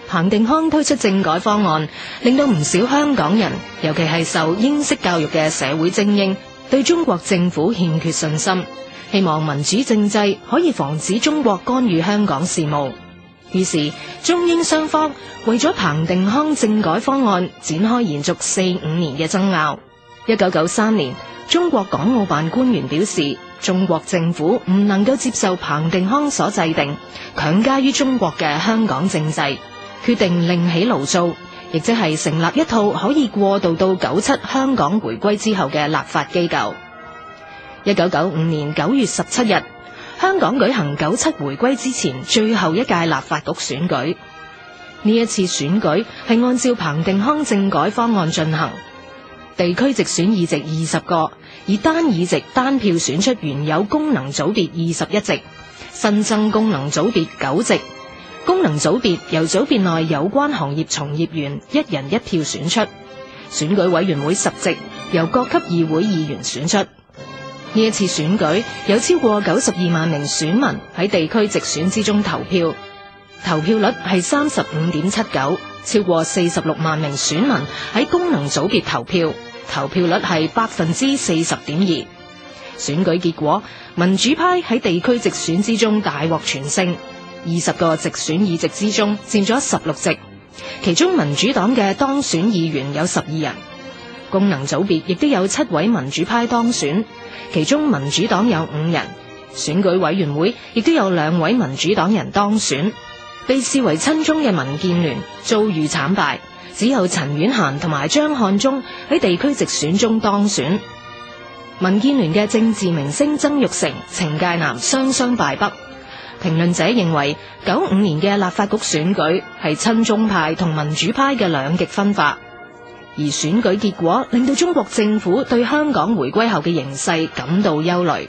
彭定康推出政改方案，令到唔少香港人，尤其係受英式教育嘅社會精英，對中國政府欠缺信心，希望民主政制可以防止中國干預香港事務。於是中英雙方為咗彭定康政改方案展開延續4-5年嘅爭拗。1993年，中國港澳辦官員表示，中國政府唔能夠接受彭定康所制定強加於中國嘅香港政制，決定另起爐灶，亦即係成立一套可以過渡到97香港回歸之後嘅立法機構。1995年9月17日，香港舉行97回歸之前最後一屆立法局選舉。呢一次選舉係按照彭定康政改方案進行，地區直選議席20個，以單議席單票選出原有功能組別21席，新增功能組別9席。功能組別由組別內有關行業從業員一人一票選出，選舉委員會10席由各級議會議員選出。呢一次選舉有超過92萬名選民喺地區直選之中投票，投票率係35.79%，超過46萬名選民喺功能組別投票，投票率係40.2%。選舉結果，民主派喺地區直選之中大獲全勝，20個直選議席之中佔咗16席，其中民主黨嘅當選議員有12人，功能組別亦都有7位民主派當選，其中民主黨有5人，選舉委員會亦都有2位民主黨人當選。被視為親中嘅民建聯遭遇慘敗，只有陳婉嫻同埋張漢忠喺地區直選中當選。民建聯嘅政治明星曾鈺成、程介南雙雙敗北。評論者認為95年嘅立法局選舉係親中派同民主派嘅兩極分化，而選舉結果令到中國政府對香港回歸後嘅形勢感到憂慮。